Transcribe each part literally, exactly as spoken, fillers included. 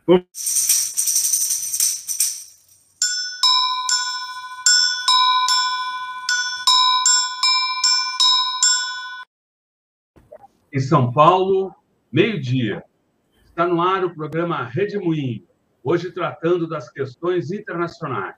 Em São Paulo, meio-dia. Está no ar o programa Rede Moinho, hoje tratando das questões internacionais.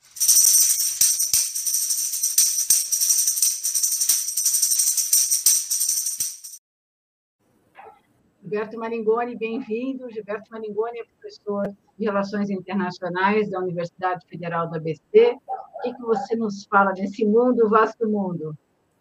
Gilberto Maringoni, bem-vindo. Gilberto Maringoni é professor de Relações Internacionais da Universidade Federal do A B C. O que, que você nos fala desse mundo, vasto mundo?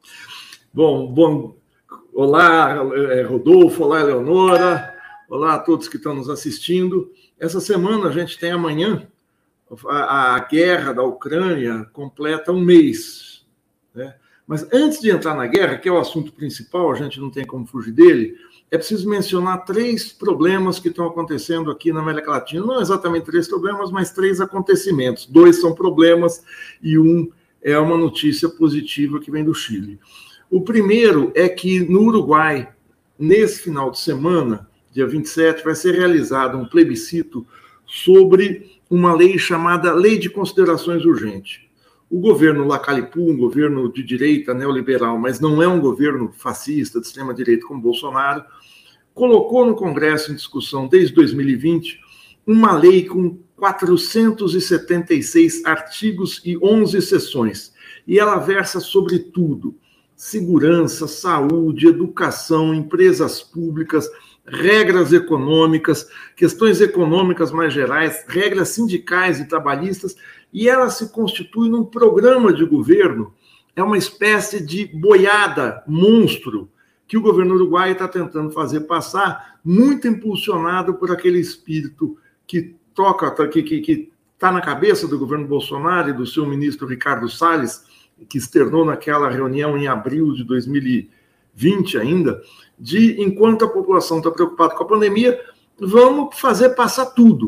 Bom, bom, olá, Rodolfo, olá, Eleonora, olá a todos que estão nos assistindo. Essa semana a gente tem amanhã, a, a guerra da Ucrânia completa um mês, né? Mas antes de entrar na guerra, que é o assunto principal, a gente não tem como fugir dele, é preciso mencionar três problemas que estão acontecendo aqui na América Latina. Não exatamente três problemas, mas três acontecimentos. Dois são problemas e um é uma notícia positiva que vem do Chile. O primeiro é que no Uruguai, nesse final de semana, dia vinte e sete, vai ser realizado um plebiscito sobre uma lei chamada Lei de Considerações Urgentes. O governo Lacalipu, um governo de direita neoliberal, mas não é um governo fascista, de extrema-direita como Bolsonaro, colocou no Congresso em discussão, desde dois mil e vinte, uma lei com quatrocentos e setenta e seis artigos e onze seções. E ela versa sobre tudo: segurança, saúde, educação, empresas públicas, regras econômicas, questões econômicas mais gerais, regras sindicais e trabalhistas, e ela se constitui num programa de governo, é uma espécie de boiada monstro que o governo uruguaio está tentando fazer passar, muito impulsionado por aquele espírito que toca, que que que está na cabeça do governo Bolsonaro e do seu ministro Ricardo Salles, que externou naquela reunião em abril de dois mil e vinte ainda, de, enquanto a população está preocupada com a pandemia, vamos fazer passar tudo.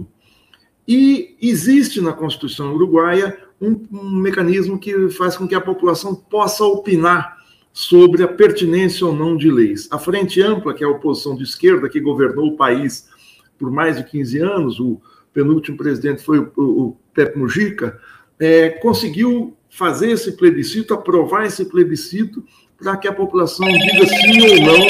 E existe na Constituição uruguaia um, um mecanismo que faz com que a população possa opinar sobre a pertinência ou não de leis. A Frente Ampla, que é a oposição de esquerda, que governou o país por mais de quinze anos, o penúltimo presidente foi o, o Pepe Mujica, é, conseguiu fazer esse plebiscito, aprovar esse plebiscito, para que a população diga sim ou não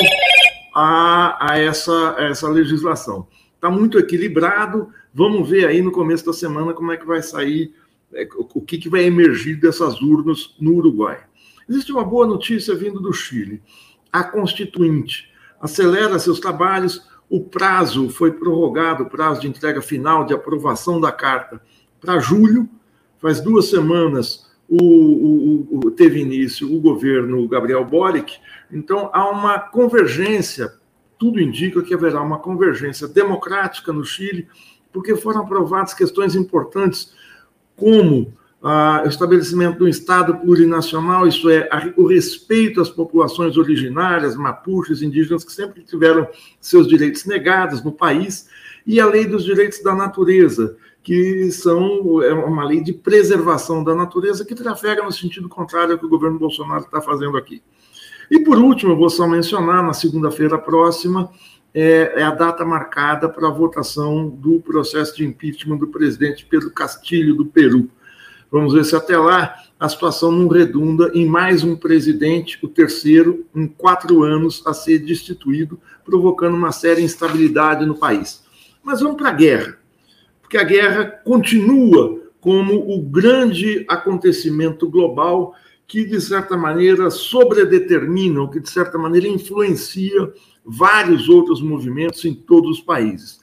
a, a, essa, a essa legislação. Está muito equilibrado, vamos ver aí no começo da semana como é que vai sair, é, o que, que vai emergir dessas urnas no Uruguai. Existe uma boa notícia vindo do Chile. A Constituinte acelera seus trabalhos, o prazo foi prorrogado, o prazo de entrega final de aprovação da carta, para julho. Faz duas semanas o, o, o, teve início o governo Gabriel Boric, então há uma convergência, tudo indica que haverá uma convergência democrática no Chile, porque foram aprovadas questões importantes, como ah, o estabelecimento de um Estado plurinacional, isso é, a, o respeito às populações originárias, mapuches, indígenas, que sempre tiveram seus direitos negados no país, e a lei dos direitos da natureza, que são é uma lei de preservação da natureza que trafega no sentido contrário ao que o governo Bolsonaro está fazendo aqui. E, por último, eu vou só mencionar, na segunda-feira próxima, é, é a data marcada para a votação do processo de impeachment do presidente Pedro Castillo, do Peru. Vamos ver se até lá a situação não redunda em mais um presidente, o terceiro, em quatro anos, a ser destituído, provocando uma séria instabilidade no país. Mas vamos para a guerra, porque a guerra continua como o grande acontecimento global que, de certa maneira, sobredetermina, ou que, de certa maneira, influencia vários outros movimentos em todos os países.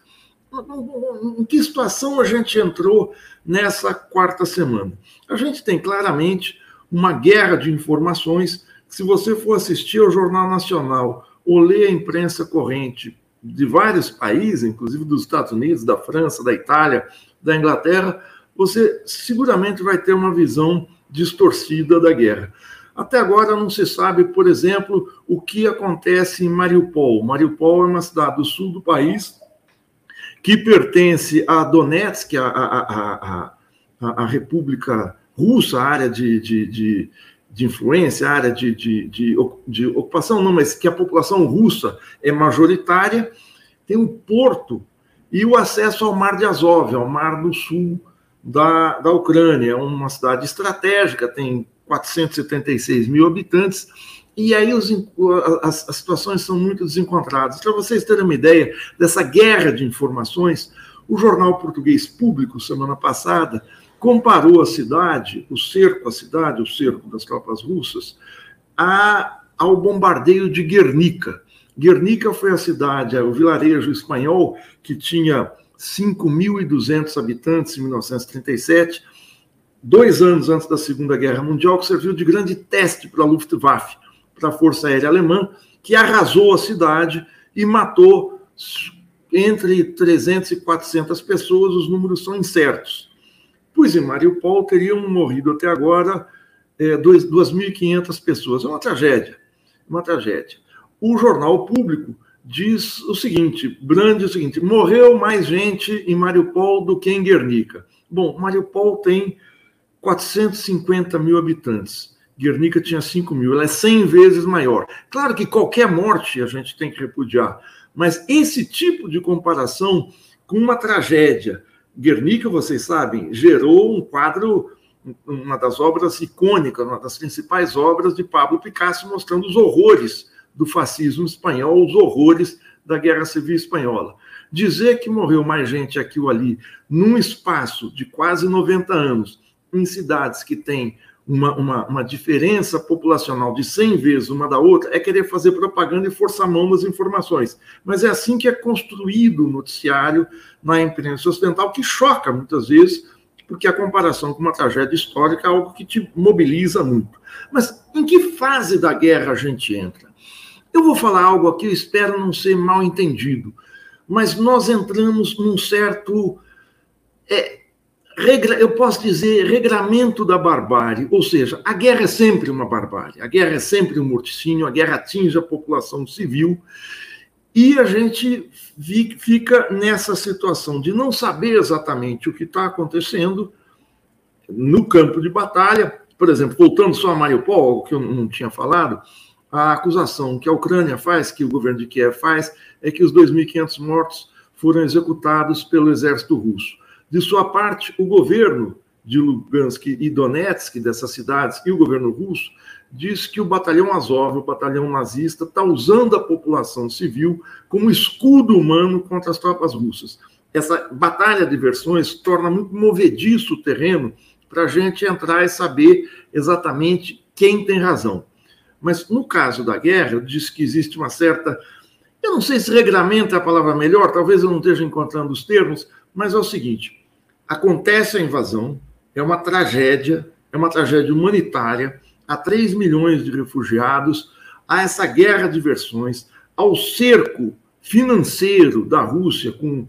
Em que situação a gente entrou nessa quarta semana? A gente tem claramente uma guerra de informações. Se você for assistir ao Jornal Nacional ou ler a imprensa corrente de vários países, inclusive dos Estados Unidos, da França, da Itália, da Inglaterra, você seguramente vai ter uma visão distorcida da guerra. Até agora não se sabe, por exemplo, o que acontece em Mariupol. Mariupol é uma cidade do sul do país que pertence a Donetsk, a, a, a, a, a República Russa, a área de, de, de, de influência, a área de, de, de, de ocupação, não, mas que a população russa é majoritária. Tem um porto e o acesso ao Mar de Azov, ao mar do sul da, da Ucrânia. É uma cidade estratégica, tem quatrocentos e setenta e seis mil habitantes, e aí os, as, as situações são muito desencontradas. Para vocês terem uma ideia dessa guerra de informações, o jornal português Público, semana passada, comparou a cidade, o cerco à cidade, o cerco das tropas russas, a, ao bombardeio de Guernica. Guernica foi a cidade, o vilarejo espanhol, que tinha cinco mil e duzentos habitantes em mil novecentos e trinta e sete, dois anos antes da Segunda Guerra Mundial, que serviu de grande teste para a Luftwaffe, para a Força Aérea Alemã, que arrasou a cidade e matou entre trezentas e quatrocentas pessoas, os números são incertos. Pois em Mariupol teriam morrido até agora é, duas mil e quinhentas pessoas. É uma tragédia, uma tragédia. O jornal Público diz o seguinte, brande o seguinte, morreu mais gente em Mariupol do que em Guernica. Bom, Mariupol tem quatrocentos e cinquenta mil habitantes. Guernica tinha cinco mil, ela é cem vezes maior. Claro que qualquer morte a gente tem que repudiar, mas esse tipo de comparação com uma tragédia, Guernica, vocês sabem, gerou um quadro, uma das obras icônicas, uma das principais obras de Pablo Picasso, mostrando os horrores do fascismo espanhol, os horrores da Guerra Civil Espanhola. Dizer que morreu mais gente aqui ou ali, num espaço de quase noventa anos, em cidades que têm uma, uma, uma diferença populacional de cem vezes uma da outra, é querer fazer propaganda e forçar a mão nas informações. Mas é assim que é construído o noticiário na imprensa ocidental, que choca muitas vezes, porque a comparação com uma tragédia histórica é algo que te mobiliza muito. Mas em que fase da guerra a gente entra? Eu vou falar algo aqui, eu espero não ser mal entendido, mas nós entramos num certo... É, Regra, eu posso dizer, regramento da barbárie, ou seja, a guerra é sempre uma barbárie, a guerra é sempre um morticínio, a guerra atinge a população civil, e a gente fica nessa situação de não saber exatamente o que está acontecendo no campo de batalha. Por exemplo, voltando só a Mariupol, algo que eu não tinha falado, a acusação que a Ucrânia faz, que o governo de Kiev faz, é que os dois mil e quinhentos mortos foram executados pelo exército russo. De sua parte, o governo de Lugansk e Donetsk, dessas cidades, e o governo russo, diz que o batalhão Azov, o batalhão nazista, está usando a população civil como escudo humano contra as tropas russas. Essa batalha de versões torna muito movediço o terreno para a gente entrar e saber exatamente quem tem razão. Mas no caso da guerra, eu disse que existe uma certa... Eu não sei se regramento é a palavra melhor, talvez eu não esteja encontrando os termos, mas é o seguinte, acontece a invasão, é uma tragédia, é uma tragédia humanitária, há três milhões de refugiados, há essa guerra de versões, ao cerco financeiro da Rússia, com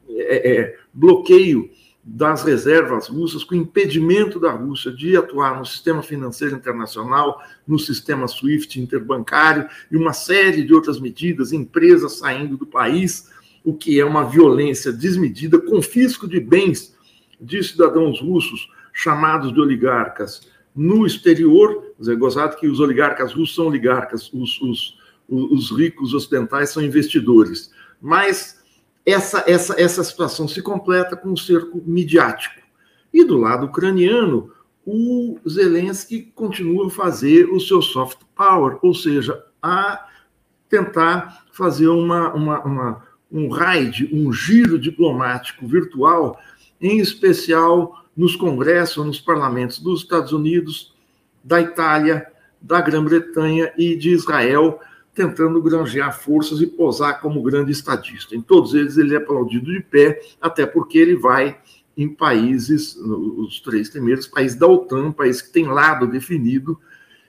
é, é, bloqueio das reservas russas, com impedimento da Rússia de atuar no sistema financeiro internacional, no sistema SWIFT interbancário, e uma série de outras medidas, empresas saindo do país, o que é uma violência desmedida, confisco de bens de cidadãos russos chamados de oligarcas no exterior. Quer dizer, gozado que os oligarcas russos são oligarcas, os, os, os ricos ocidentais são investidores. Mas essa, essa, essa situação se completa com um cerco midiático. E do lado ucraniano, o Zelensky continua a fazer o seu soft power, ou seja, a tentar fazer uma... uma, uma um raid, um giro diplomático virtual, em especial nos congressos, nos parlamentos dos Estados Unidos, da Itália, da Grã-Bretanha e de Israel, tentando granjear forças e posar como grande estadista. Em todos eles ele é aplaudido de pé, até porque ele vai em países, os três primeiros países da OTAN, país que tem lado definido,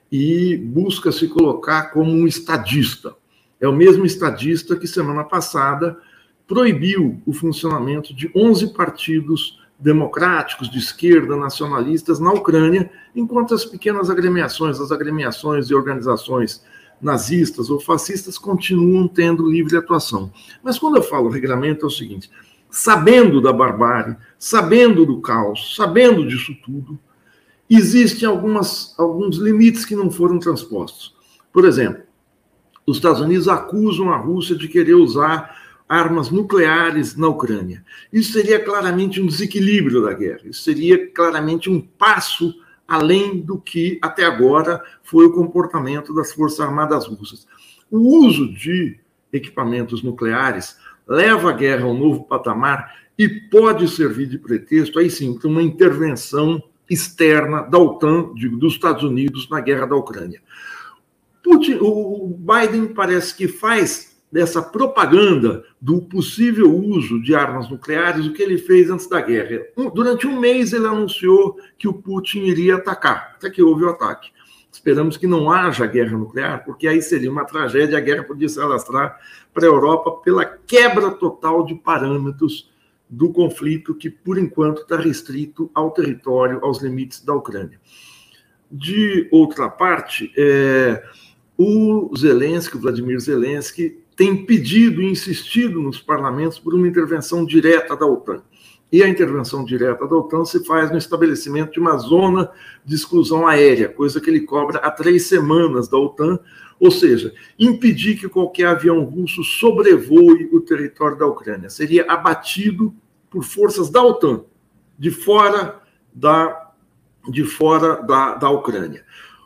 e busca se colocar como um estadista. É o mesmo estadista que, semana passada, proibiu o funcionamento de onze partidos democráticos, de esquerda, nacionalistas, na Ucrânia, enquanto as pequenas agremiações, as agremiações e organizações nazistas ou fascistas continuam tendo livre atuação. Mas quando eu falo regramento, é o seguinte, sabendo da barbárie, sabendo do caos, sabendo disso tudo, existem algumas, alguns limites que não foram transpostos. Por exemplo, os Estados Unidos acusam a Rússia de querer usar armas nucleares na Ucrânia. Isso seria claramente um desequilíbrio da guerra, isso seria claramente um passo além do que até agora foi o comportamento das Forças Armadas russas. O uso de equipamentos nucleares leva a guerra a um novo patamar e pode servir de pretexto, aí sim, para uma intervenção externa da OTAN, digo, dos Estados Unidos na guerra da Ucrânia. Putin, o Biden parece que faz dessa propaganda do possível uso de armas nucleares o que ele fez antes da guerra. Durante um mês ele anunciou que o Putin iria atacar, até que houve o ataque. Esperamos que não haja guerra nuclear, porque aí seria uma tragédia, a guerra podia se alastrar para a Europa pela quebra total de parâmetros do conflito que, por enquanto, está restrito ao território, aos limites da Ucrânia. De outra parte, é, o Zelensky, o Vladimir Zelensky, tem pedido e insistido nos parlamentos por uma intervenção direta da OTAN. E a intervenção direta da OTAN se faz no estabelecimento de uma zona de exclusão aérea, coisa que ele cobra há três semanas da OTAN, ou seja, impedir que qualquer avião russo sobrevoe o território da Ucrânia. Seria abatido por forças da OTAN, de fora da, de fora da, da Ucrânia.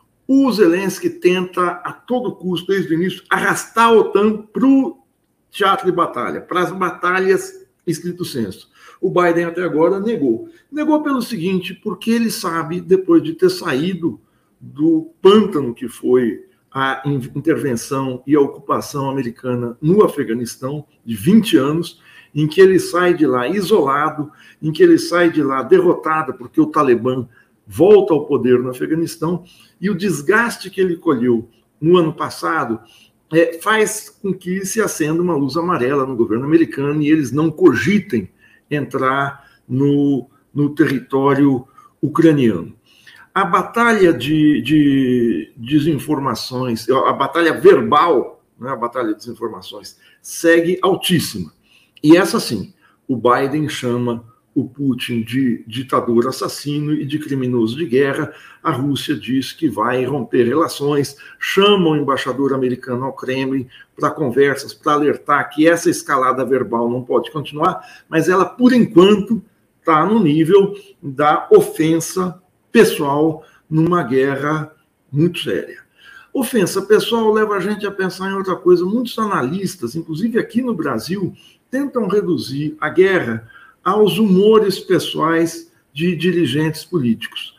O Zelensky tenta, a todo custo, desde o início, arrastar a OTAN para o teatro de batalha, para as batalhas estrito sensu. O Biden até agora negou. Negou pelo seguinte, porque ele sabe, depois de ter saído do pântano que foi a intervenção e a ocupação americana no Afeganistão, de vinte anos, em que ele sai de lá isolado, em que ele sai de lá derrotado, porque o Talibã volta ao poder no Afeganistão, e o desgaste que ele colheu no ano passado é, faz com que se acenda uma luz amarela no governo americano e eles não cogitem entrar no, no território ucraniano. A batalha de, de desinformações, a batalha verbal, né, a batalha de desinformações, segue altíssima. E essa sim, o Biden chama o Putin de ditador assassino e de criminoso de guerra. A Rússia diz que vai romper relações, chama o embaixador americano ao Kremlin para conversas, para alertar que essa escalada verbal não pode continuar, mas ela, por enquanto, está no nível da ofensa pessoal numa guerra muito séria. Ofensa pessoal leva a gente a pensar em outra coisa. Muitos analistas, inclusive aqui no Brasil, tentam reduzir a guerra aos humores pessoais de dirigentes políticos.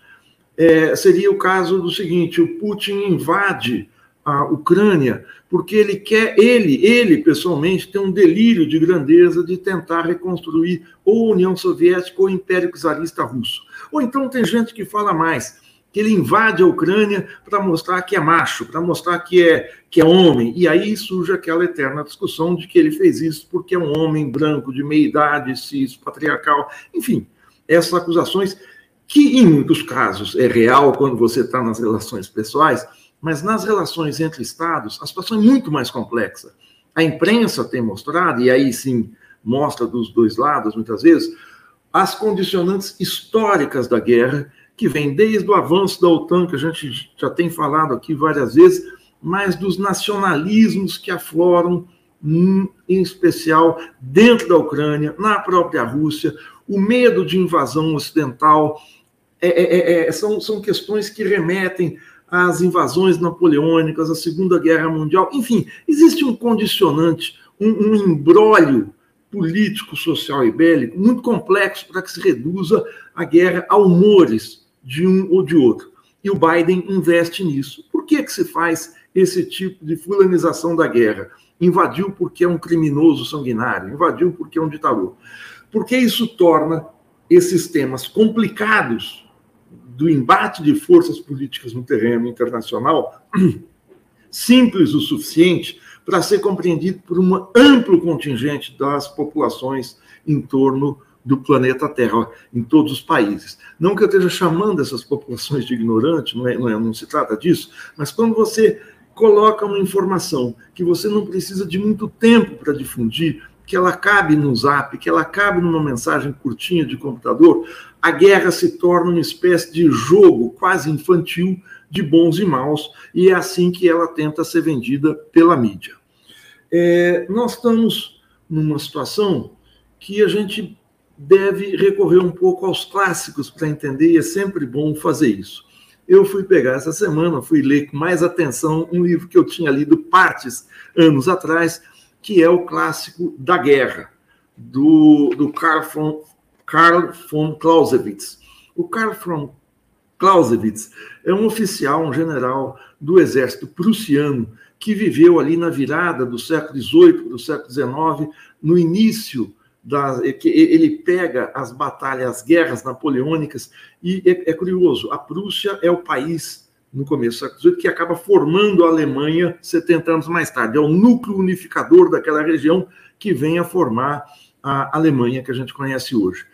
É, seria o caso do seguinte: o Putin invade a Ucrânia porque ele quer, ele, ele pessoalmente, tem um delírio de grandeza de tentar reconstruir ou a União Soviética ou o Império Czarista Russo. Ou então tem gente que fala mais, que ele invade a Ucrânia para mostrar que é macho, para mostrar que é, que é homem. E aí surge aquela eterna discussão de que ele fez isso porque é um homem branco, de meia-idade, cis, patriarcal. Enfim, essas acusações que, em muitos casos, é real quando você está nas relações pessoais, mas nas relações entre Estados, a situação é muito mais complexa. A imprensa tem mostrado, e aí sim mostra dos dois lados, muitas vezes, as condicionantes históricas da guerra, que vem desde o avanço da OTAN, que a gente já tem falado aqui várias vezes, mas dos nacionalismos que afloram, em especial dentro da Ucrânia, na própria Rússia, o medo de invasão ocidental, é, é, é, são, são questões que remetem às invasões napoleônicas, à Segunda Guerra Mundial. Enfim, existe um condicionante, um, um imbróglio político, social e bélico muito complexo para que se reduza a guerra a humores de um ou de outro. E o Biden investe nisso. Por que que se faz esse tipo de fulanização da guerra? Invadiu porque é um criminoso sanguinário, invadiu porque é um ditador. Porque isso torna esses temas complicados do embate de forças políticas no terreno internacional simples o suficiente para ser compreendido por um amplo contingente das populações em torno do planeta Terra, em todos os países. Não que eu esteja chamando essas populações de ignorantes, não, é, não, é, não se trata disso, mas quando você coloca uma informação que você não precisa de muito tempo para difundir, que ela cabe no zap, que ela cabe numa mensagem curtinha de computador, a guerra se torna uma espécie de jogo quase infantil de bons e maus, e é assim que ela tenta ser vendida pela mídia. É, nós estamos numa situação que a gente deve recorrer um pouco aos clássicos para entender, e é sempre bom fazer isso. Eu fui pegar essa semana, fui ler com mais atenção um livro que eu tinha lido partes anos atrás, que é o clássico da guerra, do, do Karl von, Karl von Clausewitz. O Karl von Clausewitz é um oficial, um general do exército prussiano que viveu ali na virada do século dezoito para o século dezenove, no início da, ele pega as batalhas, as guerras napoleônicas, e é, é curioso, a Prússia é o país, no começo do século dezoito, que acaba formando a Alemanha setenta anos mais tarde. É o núcleo unificador daquela região que vem a formar a Alemanha que a gente conhece hoje.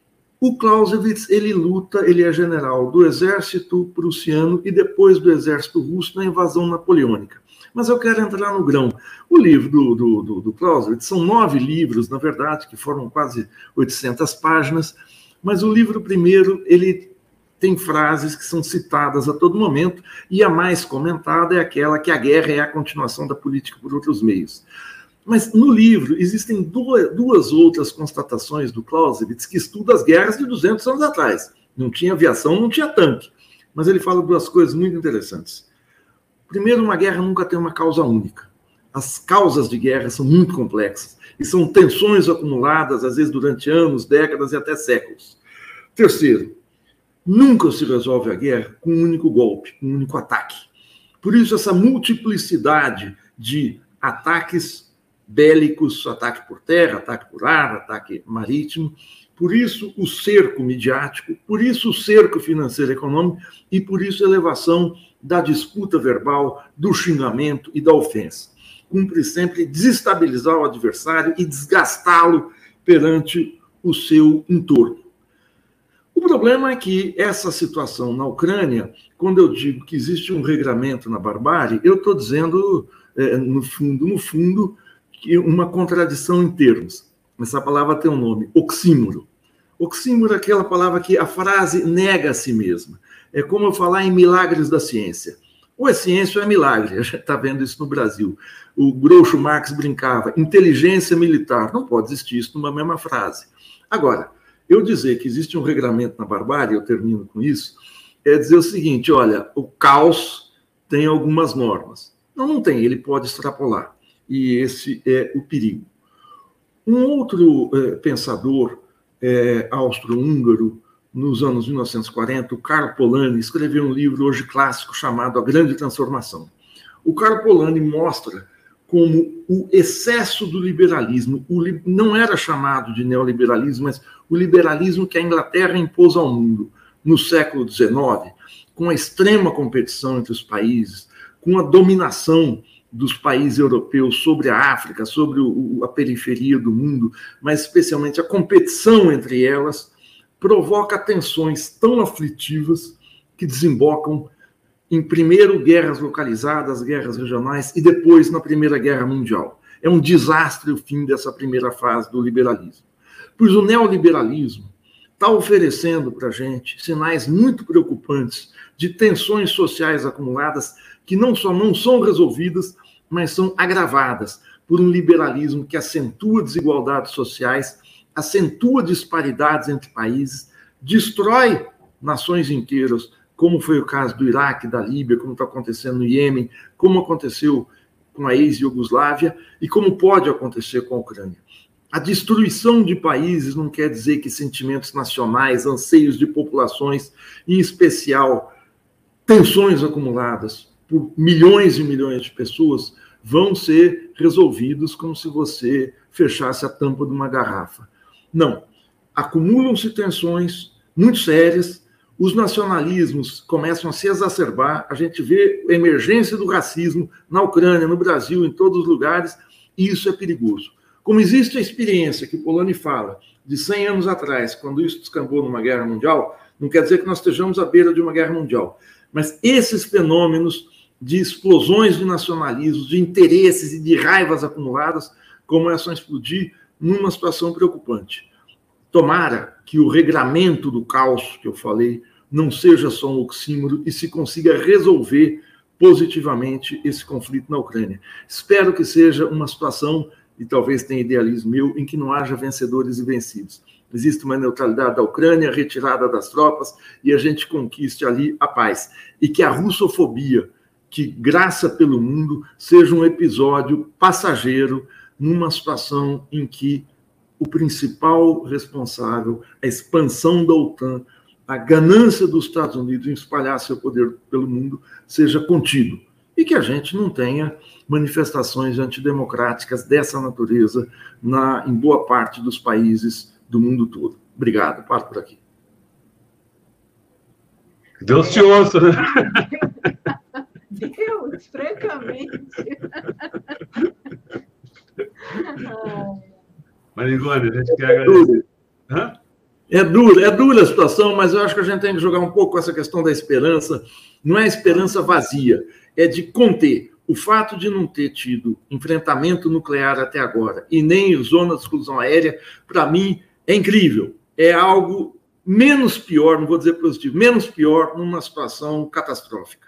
O Clausewitz, ele luta, ele é general do exército prussiano e depois do exército russo na invasão napoleônica. Mas eu quero entrar no grão. O livro do, do, do, do Clausewitz, são nove livros, na verdade, que formam quase oitocentas páginas, mas o livro primeiro, ele tem frases que são citadas a todo momento, e a mais comentada é aquela que a guerra é a continuação da política por outros meios. Mas no livro existem duas, duas outras constatações do Clausewitz que estuda as guerras de duzentos anos atrás. Não tinha aviação, não tinha tanque. Mas ele fala duas coisas muito interessantes. Primeiro, uma guerra nunca tem uma causa única. As causas de guerra são muito complexas e são tensões acumuladas, às vezes durante anos, décadas e até séculos. Terceiro, nunca se resolve a guerra com um único golpe, com um único ataque. Por isso, essa multiplicidade de ataques bélicos, ataque por terra, ataque por ar, ataque marítimo, por isso o cerco midiático, por isso o cerco financeiro e econômico e por isso a elevação da disputa verbal, do xingamento e da ofensa. Cumpre sempre desestabilizar o adversário e desgastá-lo perante o seu entorno. O problema é que essa situação na Ucrânia, quando eu digo que existe um regramento na barbárie, eu estou dizendo, é, no fundo, no fundo, que uma contradição em termos. Essa palavra tem um nome, oxímoro. Oxímoro é aquela palavra que a frase nega a si mesma. É como eu falar em milagres da ciência. Ou é ciência ou é milagre. A gente está vendo isso no Brasil. O Groucho Marx brincava, inteligência militar. Não pode existir isso numa mesma frase. Agora, eu dizer que existe um regramento na barbárie, eu termino com isso, é dizer o seguinte, olha, o caos tem algumas normas. Não, não tem, ele pode extrapolar. E esse é o perigo. Um outro eh, pensador eh, austro-húngaro, nos anos mil novecentos e quarenta, o Karl Polanyi escreveu um livro hoje clássico chamado A Grande Transformação. O Karl Polanyi mostra como o excesso do liberalismo, o li... não era chamado de neoliberalismo, mas o liberalismo que a Inglaterra impôs ao mundo no século dezenove, com a extrema competição entre os países, com a dominação dos países europeus sobre a África, sobre o, a periferia do mundo, mas especialmente a competição entre elas, provoca tensões tão aflitivas que desembocam em, primeiro, guerras localizadas, guerras regionais, e depois na Primeira Guerra Mundial. É um desastre o fim dessa primeira fase do liberalismo. Pois o neoliberalismo está oferecendo para a gente sinais muito preocupantes de tensões sociais acumuladas que não só não são resolvidas, mas são agravadas por um liberalismo que acentua desigualdades sociais, acentua disparidades entre países, destrói nações inteiras, como foi o caso do Iraque, da Líbia, como está acontecendo no Iêmen, como aconteceu com a ex-Iugoslávia e como pode acontecer com a Ucrânia. A destruição de países não quer dizer que sentimentos nacionais, anseios de populações, em especial tensões acumuladas por milhões e milhões de pessoas, vão ser resolvidos como se você fechasse a tampa de uma garrafa. Não. Acumulam-se tensões muito sérias, os nacionalismos começam a se exacerbar, a gente vê a emergência do racismo na Ucrânia, no Brasil, em todos os lugares, e isso é perigoso. Como existe a experiência que o Polanyi fala de cem anos atrás, quando isso descambou numa guerra mundial, não quer dizer que nós estejamos à beira de uma guerra mundial, mas esses fenômenos de explosões de nacionalismos, de interesses e de raivas acumuladas começam a explodir numa situação preocupante. Tomara que o regramento do caos que eu falei não seja só um oxímoro e se consiga resolver positivamente esse conflito na Ucrânia. Espero que seja uma situação e talvez tenha idealismo meu, em que não haja vencedores e vencidos. Existe uma neutralidade da Ucrânia, retirada das tropas, e a gente conquiste ali a paz. E que a russofobia, que graça pelo mundo, seja um episódio passageiro numa situação em que o principal responsável, a expansão da OTAN, a ganância dos Estados Unidos em espalhar seu poder pelo mundo, seja contido. E que a gente não tenha manifestações antidemocráticas dessa natureza na, em boa parte dos países do mundo todo. Obrigado. Paro por aqui. Deus te ouça, né? Deus, francamente. Maringoni, a gente quer agradecer. Hã? É dura, é dura a situação, mas eu acho que a gente tem que jogar um pouco essa questão da esperança. Não é esperança vazia, é de conter. O fato de não ter tido enfrentamento nuclear até agora e nem zona de exclusão aérea, para mim, é incrível. É algo menos pior, não vou dizer positivo, menos pior numa situação catastrófica.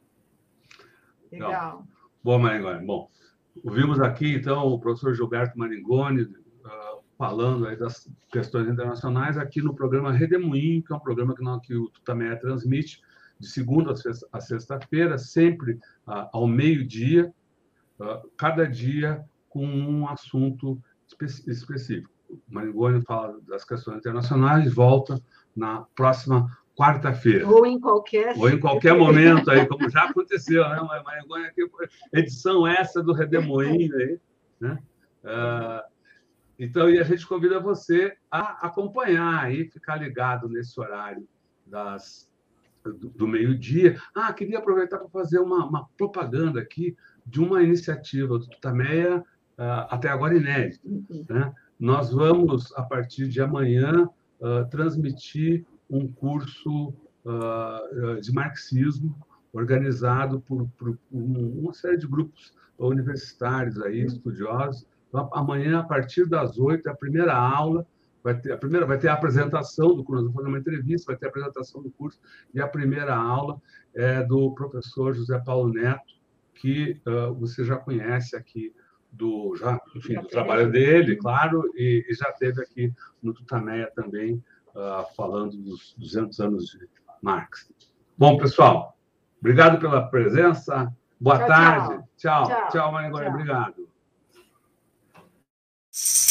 Legal. Bom, Maringoni, bom, ouvimos aqui, então, o professor Gilberto Maringoni uh, falando aí das questões internacionais aqui no programa Redemoinho, que é um programa que, não, que o Tutameia transmite de segunda a sexta-feira, sempre uh, ao meio-dia, uh, cada dia com um assunto espe específico. O Maringoni fala das questões internacionais e volta na próxima quarta-feira. Ou em qualquer... Ou em qualquer momento, aí, como já aconteceu, né? Maringoni aqui, edição essa do Redemoinho aí, né? Uh, então, e a gente convida você a acompanhar aí, ficar ligado nesse horário das, do, do meio-dia. Ah, queria aproveitar para fazer uma, uma propaganda aqui de uma iniciativa do Tutameia, uh, até agora inédita, né? Nós vamos, a partir de amanhã, uh, transmitir um curso uh, de marxismo organizado por, por uma série de grupos universitários, aí, estudiosos. Então, amanhã, a partir das oito, a primeira aula, vai ter a, primeira, vai ter a apresentação do curso, vamos fazer uma entrevista, vai ter a apresentação do curso, e a primeira aula é do professor José Paulo Neto, que uh, você já conhece aqui, do, já, enfim, do trabalho dele, claro, e, e já teve aqui no Tutameia também, uh, falando dos duzentos anos de Marx. Bom, pessoal, obrigado pela presença, boa tchau, tarde, tchau, tchau, tchau, Maringoni, obrigado.